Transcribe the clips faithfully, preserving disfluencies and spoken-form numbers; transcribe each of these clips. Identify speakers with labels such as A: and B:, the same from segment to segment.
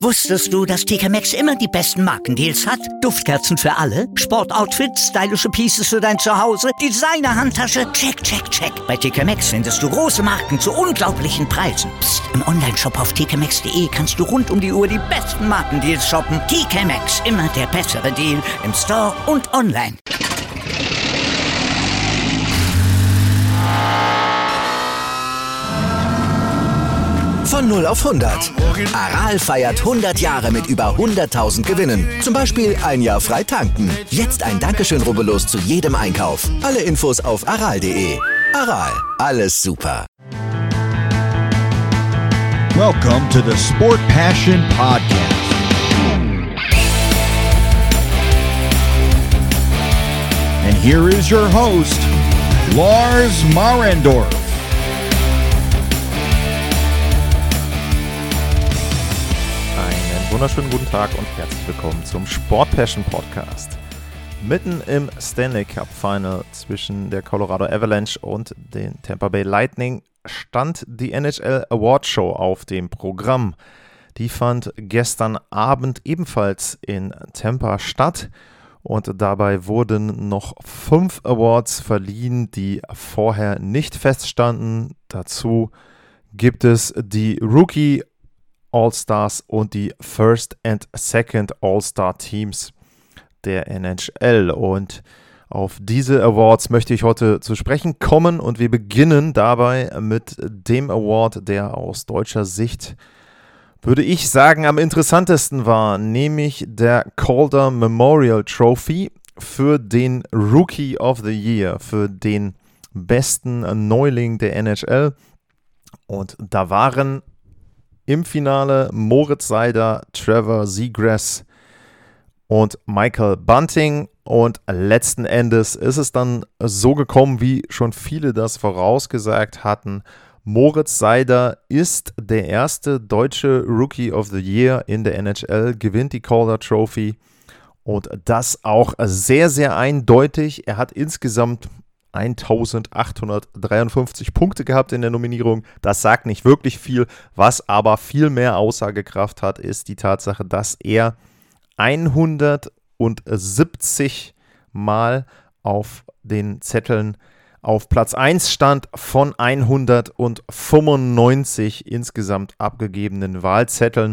A: Wusstest du, dass T K Maxx immer die besten Markendeals hat? Duftkerzen für alle, Sportoutfits, stylische Pieces für dein Zuhause, Designer-Handtasche, check, check, check. Bei T K Maxx findest du große Marken zu unglaublichen Preisen. Psst. Im Onlineshop auf t k maxx punkt d e kannst du rund um die Uhr die besten Markendeals shoppen. T K Maxx, immer der bessere Deal im Store und online.
B: Von null auf hundert. Aral feiert hundert Jahre mit über hunderttausend Gewinnen. Zum Beispiel ein Jahr frei tanken. Jetzt ein Dankeschön, rubbellos zu jedem Einkauf. Alle Infos auf aral punkt de. Aral, alles super.
C: Welcome to the Sport Passion Podcast. And here is your host, Lars Marendorf.
D: Wunderschönen guten Tag und herzlich willkommen zum Sport Passion Podcast. Mitten im Stanley Cup Final zwischen der Colorado Avalanche und den Tampa Bay Lightning stand die N H L Award Show auf dem Programm. Die fand gestern Abend ebenfalls in Tampa statt und dabei wurden noch fünf Awards verliehen, die vorher nicht feststanden. Dazu gibt es die Rookie All-Stars und die First and Second All-Star Teams der N H L. Und auf diese Awards möchte ich heute zu sprechen kommen und wir beginnen dabei mit dem Award, der aus deutscher Sicht, würde ich sagen, am interessantesten war, nämlich der Calder Memorial Trophy für den Rookie of the Year, für den besten Neuling der N H L. Und da waren im Finale Moritz Seider, Trevor Zegras und Michael Bunting. Und letzten Endes ist es dann so gekommen, wie schon viele das vorausgesagt hatten. Moritz Seider ist der erste deutsche Rookie of the Year in der N H L, gewinnt die Calder Trophy. Und das auch sehr, sehr eindeutig. Er hat insgesamt eintausendachthundertdreiundfünfzig Punkte gehabt in der Nominierung. Das sagt nicht wirklich viel. Was aber viel mehr Aussagekraft hat, ist die Tatsache, dass er hundertsiebzig Mal auf den Zetteln auf Platz eins stand von hundertfünfundneunzig insgesamt abgegebenen Wahlzetteln.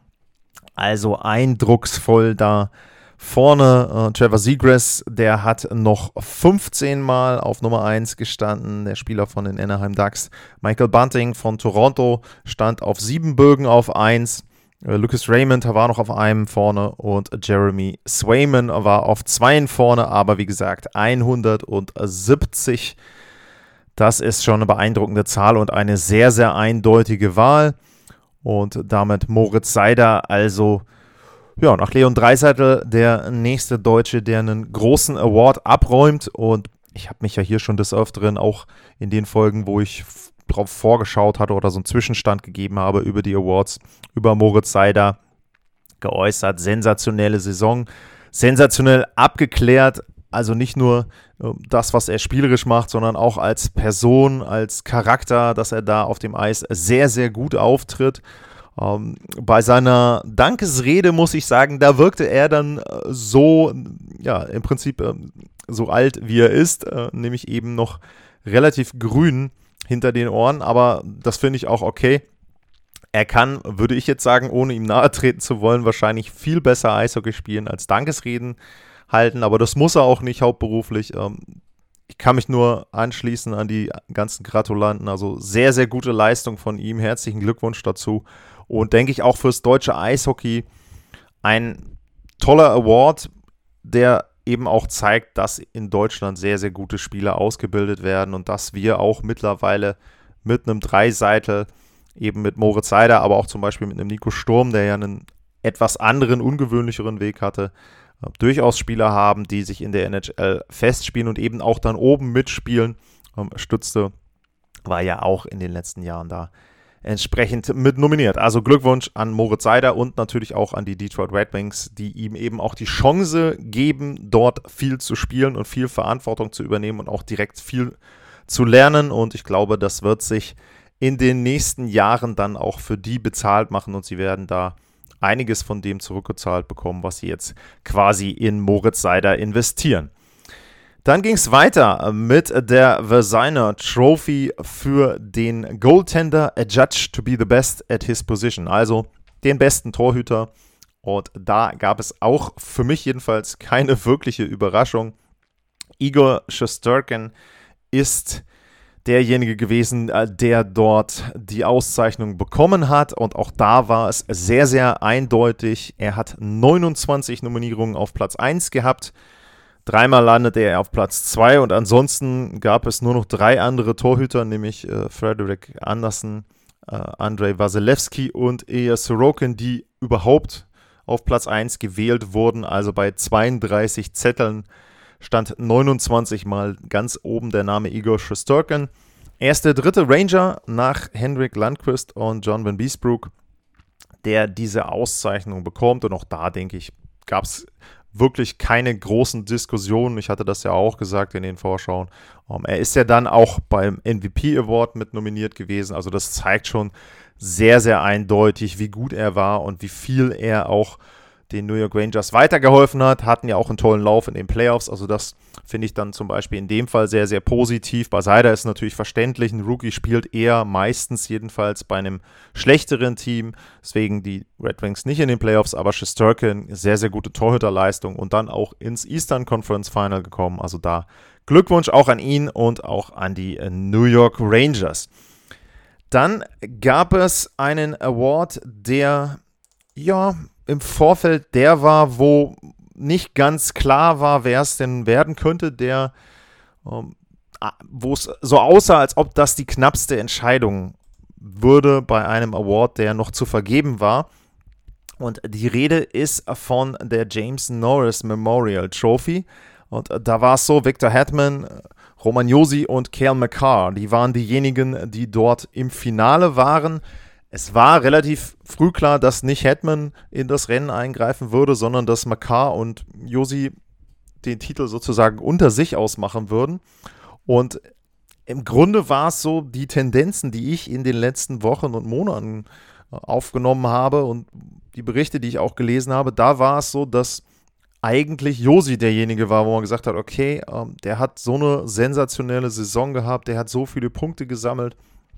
D: Also eindrucksvoll da vorne. äh, Trevor Zegras, der hat noch fünfzehn Mal auf Nummer eins gestanden, der Spieler von den Anaheim Ducks. Michael Bunting von Toronto stand auf sieben Bögen auf eins. Äh, Lucas Raymond war noch auf einem vorne und Jeremy Swayman war auf zweien vorne, aber wie gesagt hundertsiebzig. Das ist schon eine beeindruckende Zahl und eine sehr, sehr eindeutige Wahl. Und damit Moritz Seider, also ja, nach Leon Draisaitl der nächste Deutsche, der einen großen Award abräumt. Und ich habe mich ja hier schon des Öfteren auch in den Folgen, wo ich f- drauf vorgeschaut hatte oder so einen Zwischenstand gegeben habe über die Awards, über Moritz Seider geäußert. Sensationelle Saison, sensationell abgeklärt. Also nicht nur äh, das, was er spielerisch macht, sondern auch als Person, als Charakter, dass er da auf dem Eis sehr, sehr gut auftritt. Ähm, bei seiner Dankesrede muss ich sagen, da wirkte er dann äh, so, ja, im Prinzip äh, so alt wie er ist, äh, nämlich eben noch relativ grün hinter den Ohren, aber das finde ich auch okay. Er kann, würde ich jetzt sagen, ohne ihm nahe treten zu wollen, wahrscheinlich viel besser Eishockey spielen als Dankesreden halten, aber das muss er auch nicht hauptberuflich. Ähm, ich kann mich nur anschließen an die ganzen Gratulanten, also sehr, sehr gute Leistung von ihm, herzlichen Glückwunsch dazu. Und denke ich auch fürs deutsche Eishockey ein toller Award, der eben auch zeigt, dass in Deutschland sehr, sehr gute Spieler ausgebildet werden und dass wir auch mittlerweile mit einem Draisaitl, eben mit Moritz Seider, aber auch zum Beispiel mit einem Nico Sturm, der ja einen etwas anderen, ungewöhnlicheren Weg hatte, äh, durchaus Spieler haben, die sich in der N H L festspielen und eben auch dann oben mitspielen. Ähm, Stützte war ja auch in den letzten Jahren da entsprechend mit nominiert. Also Glückwunsch an Moritz Seider und natürlich auch an die Detroit Red Wings, die ihm eben auch die Chance geben, dort viel zu spielen und viel Verantwortung zu übernehmen und auch direkt viel zu lernen. Und ich glaube, das wird sich in den nächsten Jahren dann auch für die bezahlt machen und sie werden da einiges von dem zurückgezahlt bekommen, was sie jetzt quasi in Moritz Seider investieren. Dann ging es weiter mit der Vezina Trophy für den Goaltender adjudged to be the best at his position, also den besten Torhüter. Und da gab es auch für mich jedenfalls keine wirkliche Überraschung. Igor Shesterkin ist derjenige gewesen, der dort die Auszeichnung bekommen hat. Und auch da war es sehr, sehr eindeutig. Er hat neunundzwanzig Nominierungen auf Platz eins gehabt. Dreimal landete er auf Platz zwei und ansonsten gab es nur noch drei andere Torhüter, nämlich äh, Frederik Andersen, äh, Andrei Vasilevsky und Ilya Sorokin, die überhaupt auf Platz eins gewählt wurden. Also bei zweiunddreißig Zetteln stand neunundzwanzig Mal ganz oben der Name Igor Shesterkin. Er ist der dritte Ranger nach Henrik Lundqvist und John Van Beesbrook, der diese Auszeichnung bekommt. Und auch da, denke ich, gab es wirklich keine großen Diskussionen. Ich hatte das ja auch gesagt in den Vorschauen. Um, er ist ja dann auch beim M V P Award mit nominiert gewesen. Also das zeigt schon sehr, sehr eindeutig, wie gut er war und wie viel er auch den New York Rangers weitergeholfen hat. Hatten ja auch einen tollen Lauf in den Playoffs. Also das finde ich dann zum Beispiel in dem Fall sehr, sehr positiv. Bei Seider ist natürlich verständlich. Ein Rookie spielt eher meistens jedenfalls bei einem schlechteren Team. Deswegen die Red Wings nicht in den Playoffs, aber Shesterkin, sehr, sehr gute Torhüterleistung und dann auch ins Eastern Conference Final gekommen. Also da Glückwunsch auch an ihn und auch an die New York Rangers. Dann gab es einen Award, der ja im Vorfeld der war, wo nicht ganz klar war, wer es denn werden könnte, der, ähm, wo es so aussah, als ob das die knappste Entscheidung würde bei einem Award, der noch zu vergeben war. Und die Rede ist von der James Norris Memorial Trophy. Und da war es so, Victor Hedman, Roman Josi und Cale Makar, die waren diejenigen, die dort im Finale waren. Es war relativ früh klar, dass nicht Hedman in das Rennen eingreifen würde, sondern dass Makar und Josi den Titel sozusagen unter sich ausmachen würden. Und im Grunde war es so, die Tendenzen, die ich in den letzten Wochen und Monaten aufgenommen habe und die Berichte, die ich auch gelesen habe, da war es so, dass eigentlich Josi derjenige war, wo man gesagt hat, okay, ähm, der hat so eine sensationelle Saison gehabt, der hat so viele Punkte gesammelt,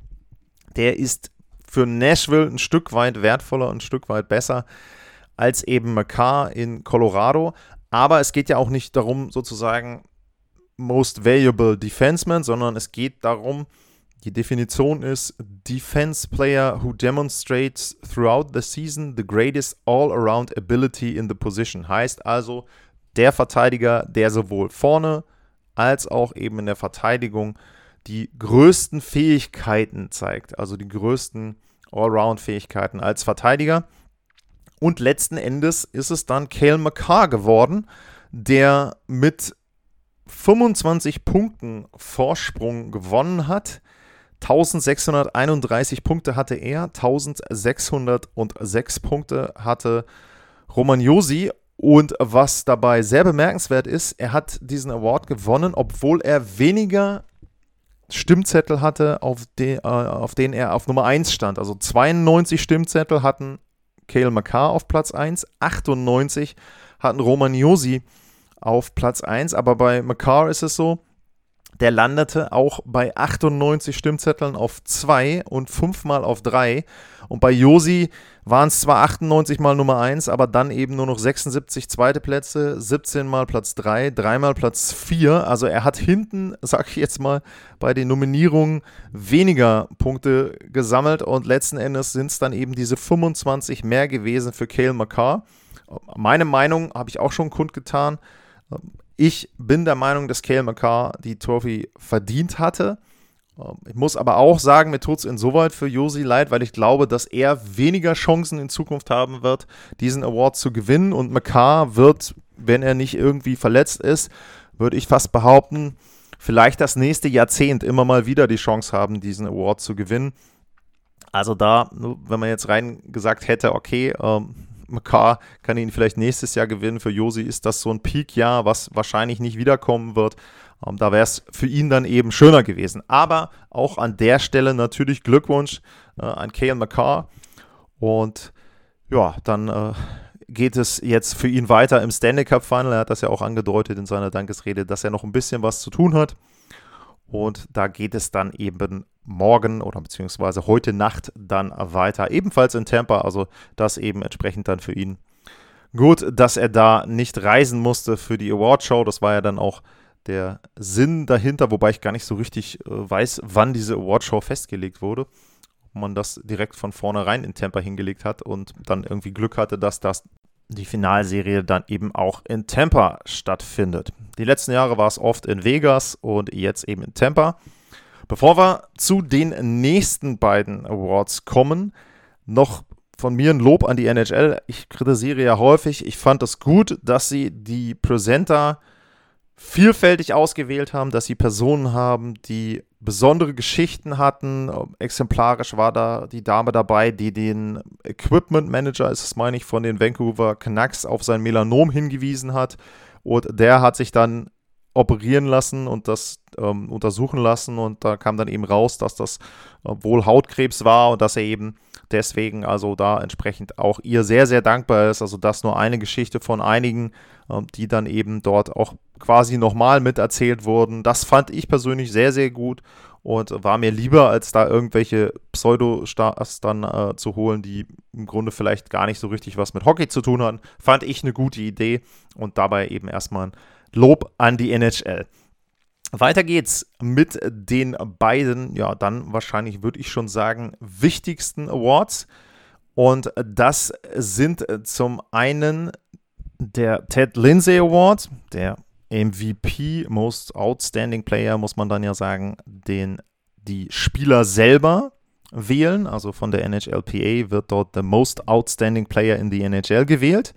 D: der ist für Nashville ein Stück weit wertvoller, ein Stück weit besser als eben Makar in Colorado. Aber es geht ja auch nicht darum, sozusagen Most Valuable Defenseman, sondern es geht darum, die Definition ist Defense Player who demonstrates throughout the season the greatest all-around ability in the position. Heißt also, der Verteidiger, der sowohl vorne als auch eben in der Verteidigung die größten Fähigkeiten zeigt, also die größten Allround-Fähigkeiten als Verteidiger. Und letzten Endes ist es dann Cale Makar geworden, der mit fünfundzwanzig Punkten Vorsprung gewonnen hat. eintausendsechshunderteinunddreißig Punkte hatte er, eintausendsechshundertsechs Punkte hatte Roman Josi. Und was dabei sehr bemerkenswert ist, er hat diesen Award gewonnen, obwohl er weniger Stimmzettel hatte, auf, de, äh, auf denen er auf Nummer eins stand. Also zweiundneunzig Stimmzettel hatten Cale Makar auf Platz eins, achtundneunzig hatten Roman Josi auf Platz eins. Aber bei Makar ist es so, der landete auch bei achtundneunzig Stimmzetteln auf zwei und fünfmal auf drei. Und bei Josi waren es zwar achtundneunzig mal Nummer eins, aber dann eben nur noch sechsundsiebzig zweite Plätze, siebzehn mal Platz drei, drei mal Platz vier. Also er hat hinten, sag ich jetzt mal, bei den Nominierungen weniger Punkte gesammelt. Und letzten Endes sind es dann eben diese fünfundzwanzig mehr gewesen für Cale Makar. Meine Meinung habe ich auch schon kundgetan. Ich bin der Meinung, dass Cale Makar die Trophy verdient hatte. Ich muss aber auch sagen, mir tut es insoweit für Josi leid, weil ich glaube, dass er weniger Chancen in Zukunft haben wird, diesen Award zu gewinnen. Und Makar wird, wenn er nicht irgendwie verletzt ist, würde ich fast behaupten, vielleicht das nächste Jahrzehnt immer mal wieder die Chance haben, diesen Award zu gewinnen. Also da, wenn man jetzt rein gesagt hätte, okay, ähm, Makar kann ihn vielleicht nächstes Jahr gewinnen. Für Josi ist das so ein Peak-Jahr, was wahrscheinlich nicht wiederkommen wird. Um, da wäre es für ihn dann eben schöner gewesen. Aber auch an der Stelle natürlich Glückwunsch äh, an Cale Makar. Und ja, dann äh, geht es jetzt für ihn weiter im Stanley Cup Final. Er hat das ja auch angedeutet in seiner Dankesrede, dass er noch ein bisschen was zu tun hat. Und da geht es dann eben morgen oder beziehungsweise heute Nacht dann weiter, ebenfalls in Tampa. Also das eben entsprechend dann für ihn gut, dass er da nicht reisen musste für die Awardshow. Das war ja dann auch der Sinn dahinter, wobei ich gar nicht so richtig äh, weiß, wann diese Awardshow festgelegt wurde. Ob man das direkt von vornherein in Tampa hingelegt hat und dann irgendwie Glück hatte, dass das die Finalserie dann eben auch in Tampa stattfindet. Die letzten Jahre war es oft in Vegas und jetzt eben in Tampa. Bevor wir zu den nächsten beiden Awards kommen, noch von mir ein Lob an die N H L. Ich kritisiere ja häufig, ich fand es gut, dass sie die Presenter vielfältig ausgewählt haben, dass sie Personen haben, die besondere Geschichten hatten. Exemplarisch war da die Dame dabei, die den Equipment Manager, ist es meine ich, von den Vancouver Canucks auf sein Melanom hingewiesen hat. Und der hat sich dann operieren lassen und das ähm, untersuchen lassen. Und da kam dann eben raus, dass das äh, wohl Hautkrebs war und dass er eben deswegen also da entsprechend auch ihr sehr, sehr dankbar ist. Also das nur eine Geschichte von einigen, ähm, die dann eben dort auch quasi nochmal miterzählt wurden. Das fand ich persönlich sehr, sehr gut und war mir lieber, als da irgendwelche Pseudo-Stars dann äh, zu holen, die im Grunde vielleicht gar nicht so richtig was mit Hockey zu tun hatten. Fand ich eine gute Idee und dabei eben erstmal ein Lob an die N H L. Weiter geht's mit den beiden, ja dann wahrscheinlich würde ich schon sagen, wichtigsten Awards. Und das sind zum einen der Ted Lindsay Award, der M V P, Most Outstanding Player, muss man dann ja sagen, den die Spieler selber wählen. Also von der N H L P A wird dort der Most Outstanding Player in the N H L gewählt.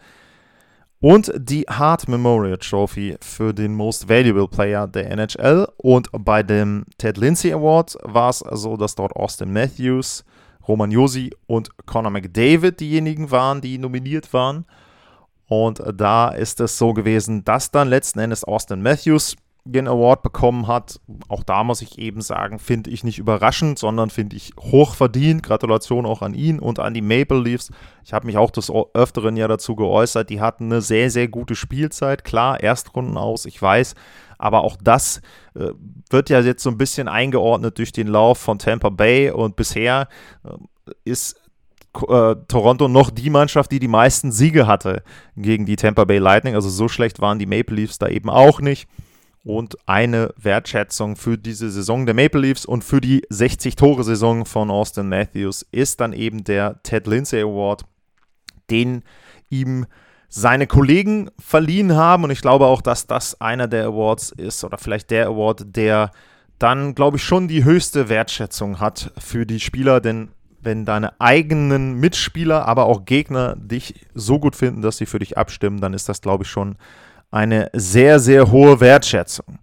D: Und die Hart Memorial Trophy für den Most Valuable Player der N H L. Und bei dem Ted Lindsay Award war es so, dass dort Austin Matthews, Roman Josi und Connor McDavid diejenigen waren, die nominiert waren. Und da ist es so gewesen, dass dann letzten Endes Austin Matthews den Award bekommen hat. Auch da muss ich eben sagen, finde ich nicht überraschend, sondern finde ich hochverdient. Gratulation auch an ihn und an die Maple Leafs. Ich habe mich auch des Öfteren ja dazu geäußert, die hatten eine sehr, sehr gute Spielzeit. Klar, Erstrunden aus, ich weiß, aber auch das äh, wird ja jetzt so ein bisschen eingeordnet durch den Lauf von Tampa Bay und bisher äh, ist äh, Toronto noch die Mannschaft, die die meisten Siege hatte gegen die Tampa Bay Lightning. Also so schlecht waren die Maple Leafs da eben auch nicht. Und eine Wertschätzung für diese Saison der Maple Leafs und für die sechzig-Tore-Saison von Austin Matthews ist dann eben der Ted Lindsay Award, den ihm seine Kollegen verliehen haben. Und ich glaube auch, dass das einer der Awards ist oder vielleicht der Award, der dann, glaube ich, schon die höchste Wertschätzung hat für die Spieler. Denn wenn deine eigenen Mitspieler, aber auch Gegner dich so gut finden, dass sie für dich abstimmen, dann ist das, glaube ich, schon eine sehr, sehr hohe Wertschätzung.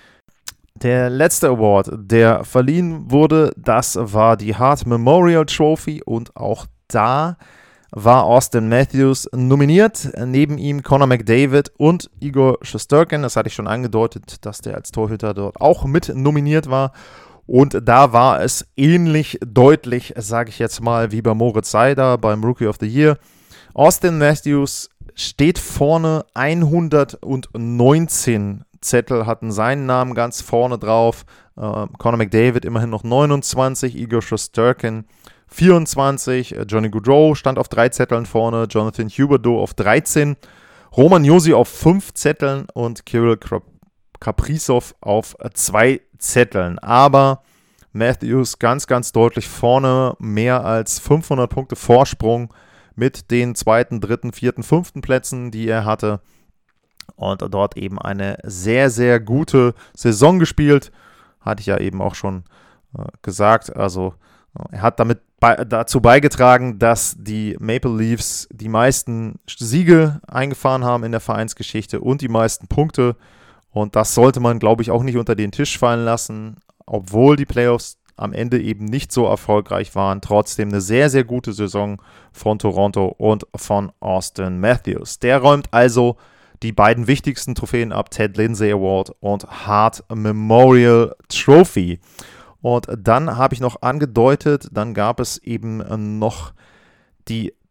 D: Der letzte Award, der verliehen wurde, das war die Hart Memorial Trophy und auch da war Austin Matthews nominiert. Neben ihm Connor McDavid und Igor Shesterkin. Das hatte ich schon angedeutet, dass der als Torhüter dort auch mit nominiert war. Und da war es ähnlich deutlich, sage ich jetzt mal, wie bei Moritz Seider beim Rookie of the Year. Austin Matthews steht vorne, hundertneunzehn Zettel hatten seinen Namen ganz vorne drauf. Äh, Connor McDavid immerhin noch neunundzwanzig, Igor Shesterkin vierundzwanzig, äh, Johnny Gaudreau stand auf drei Zetteln vorne, Jonathan Huberdeau auf dreizehn, Roman Josi auf fünf Zetteln und Kirill Kaprizov auf zwei Zetteln. Aber Matthews ganz, ganz deutlich vorne, mehr als fünfhundert Punkte Vorsprung mit den zweiten, dritten, vierten, fünften Plätzen, die er hatte. Und dort eben eine sehr, sehr gute Saison gespielt. Hatte ich ja eben auch schon äh, gesagt. Also er hat damit bei, dazu beigetragen, dass die Maple Leafs die meisten Siege eingefahren haben in der Vereinsgeschichte und die meisten Punkte. Und das sollte man, glaube ich, auch nicht unter den Tisch fallen lassen, obwohl die Playoffs am Ende eben nicht so erfolgreich waren. Trotzdem eine sehr, sehr gute Saison von Toronto und von Austin Matthews. Der räumt also die beiden wichtigsten Trophäen ab, Ted Lindsay Award und Hart Memorial Trophy. Und dann habe ich noch angedeutet, dann gab es eben noch die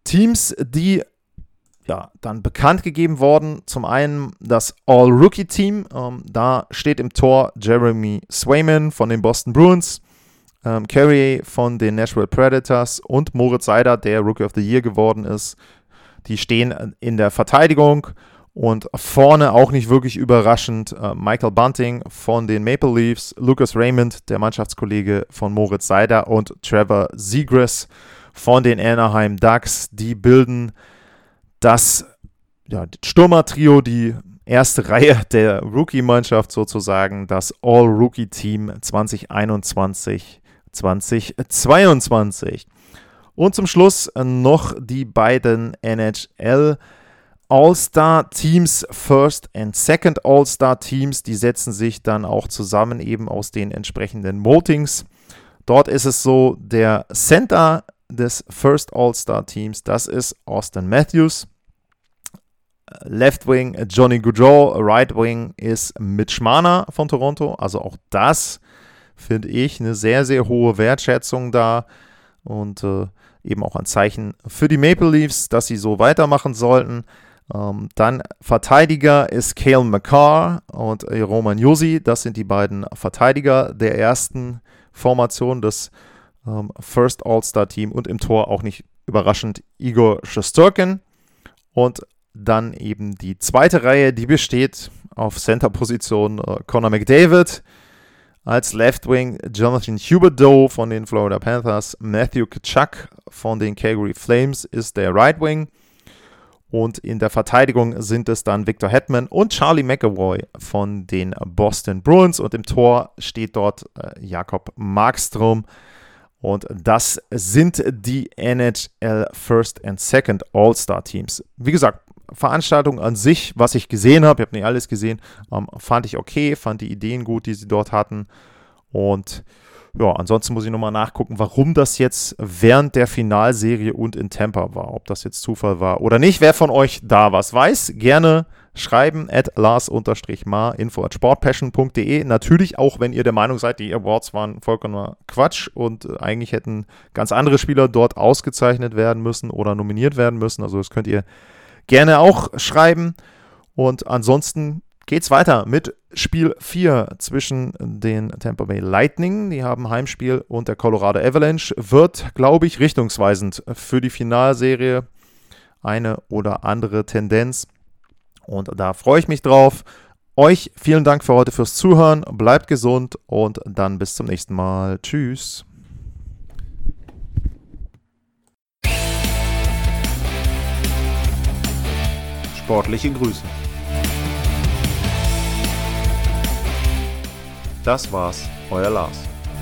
D: Teams, die ja, dann bekannt gegeben worden. Zum einen das All-Rookie-Team. Ähm, da steht im Tor Jeremy Swayman von den Boston Bruins, ähm, Carrier von den Nashville Predators und Moritz Seider, der Rookie of the Year geworden ist. Die stehen in der Verteidigung und vorne auch nicht wirklich überraschend äh, Michael Bunting von den Maple Leafs, Lucas Raymond, der Mannschaftskollege von Moritz Seider und Trevor Zegras von den Anaheim Ducks. Die bilden das ja, Stürmer-Trio, die erste Reihe der Rookie-Mannschaft sozusagen, das All-Rookie-Team zwanzig einundzwanzig zwanzig zweiundzwanzig. Und zum Schluss noch die beiden N H L All-Star-Teams, First and Second All-Star-Teams, die setzen sich dann auch zusammen eben aus den entsprechenden Votings. Dort ist es so, der Center des First All-Star-Teams, das ist Austin Matthews. Left Wing Johnny Gaudreau, Right Wing ist Mitch Marner von Toronto. Also auch das finde ich eine sehr, sehr hohe Wertschätzung da und äh, eben auch ein Zeichen für die Maple Leafs, dass sie so weitermachen sollten. Ähm, dann Verteidiger ist Cale Makar und äh, Roman Josi. Das sind die beiden Verteidiger der ersten Formation des ähm, First All-Star-Team und im Tor auch nicht überraschend Igor Shesterkin. Und dann eben die zweite Reihe, die besteht auf Center-Position äh, Connor McDavid, als Left Wing Jonathan Huberdeau von den Florida Panthers, Matthew Tkachuk von den Calgary Flames ist der Right Wing und in der Verteidigung sind es dann Victor Hedman und Charlie McAvoy von den Boston Bruins und im Tor steht dort äh, Jakob Markstrom. Und das sind die N H L First and Second All-Star Teams. Wie gesagt, Veranstaltung an sich, was ich gesehen habe, ich habe nicht alles gesehen, ähm, fand ich okay, fand die Ideen gut, die sie dort hatten. Und ja, ansonsten muss ich nochmal nachgucken, warum das jetzt während der Finalserie und in Tampa war. Ob das jetzt Zufall war oder nicht. Wer von euch da was weiß, gerne schreiben at lars-mar, info at sportpassion punkt de. Natürlich auch, wenn ihr der Meinung seid, die Awards waren vollkommener Quatsch und eigentlich hätten ganz andere Spieler dort ausgezeichnet werden müssen oder nominiert werden müssen. Also das könnt ihr gerne auch schreiben. Und ansonsten geht's weiter mit Spiel vier zwischen den Tampa Bay Lightning, die haben Heimspiel, und der Colorado Avalanche. Wird, glaube ich, richtungsweisend für die Finalserie. Eine oder andere Tendenz. Und da freue ich mich drauf. Euch vielen Dank für heute fürs Zuhören. Bleibt gesund und dann bis zum nächsten Mal. Tschüss.
C: Sportliche Grüße. Das war's, euer Lars.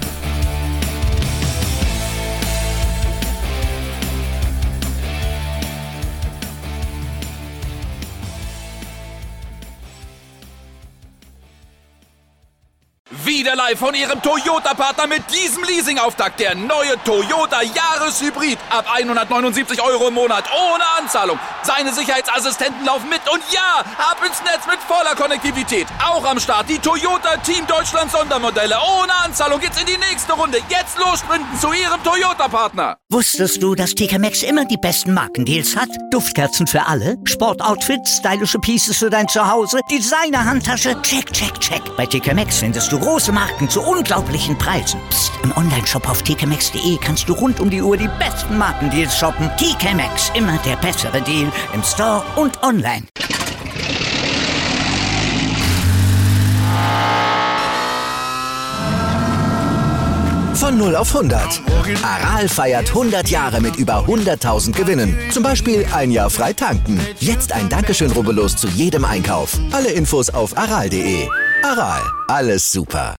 E: Wieder live von Ihrem Toyota-Partner mit diesem Leasing-Auftakt. Der neue Toyota Jahreshybrid. Ab hundertneunundsiebzig Euro im Monat. Ohne Anzahlung. Seine Sicherheitsassistenten laufen mit. Und ja, ab ins Netz mit voller Konnektivität. Auch am Start die Toyota Team Deutschland Sondermodelle. Ohne Anzahlung geht's in die nächste Runde. Jetzt los sprinten zu Ihrem Toyota-Partner.
A: Wusstest du, dass T K Maxx immer die besten Markendeals hat? Duftkerzen für alle, Sportoutfits, stylische Pieces für dein Zuhause, Designer-Handtasche, check, check, check. Bei T K Maxx findest du große Marken zu unglaublichen Preisen. Psst. im Onlineshop auf t k maxx punkt de kannst du rund um die Uhr die besten Markendeals shoppen. T K Maxx, immer der bessere Deal im Store und online.
B: Von null auf hundert. Aral feiert hundert Jahre mit über hunderttausend Gewinnen. Zum Beispiel ein Jahr frei tanken. Jetzt ein Dankeschön, rubbellos zu jedem Einkauf. Alle Infos auf aral punkt de. Aral, alles super.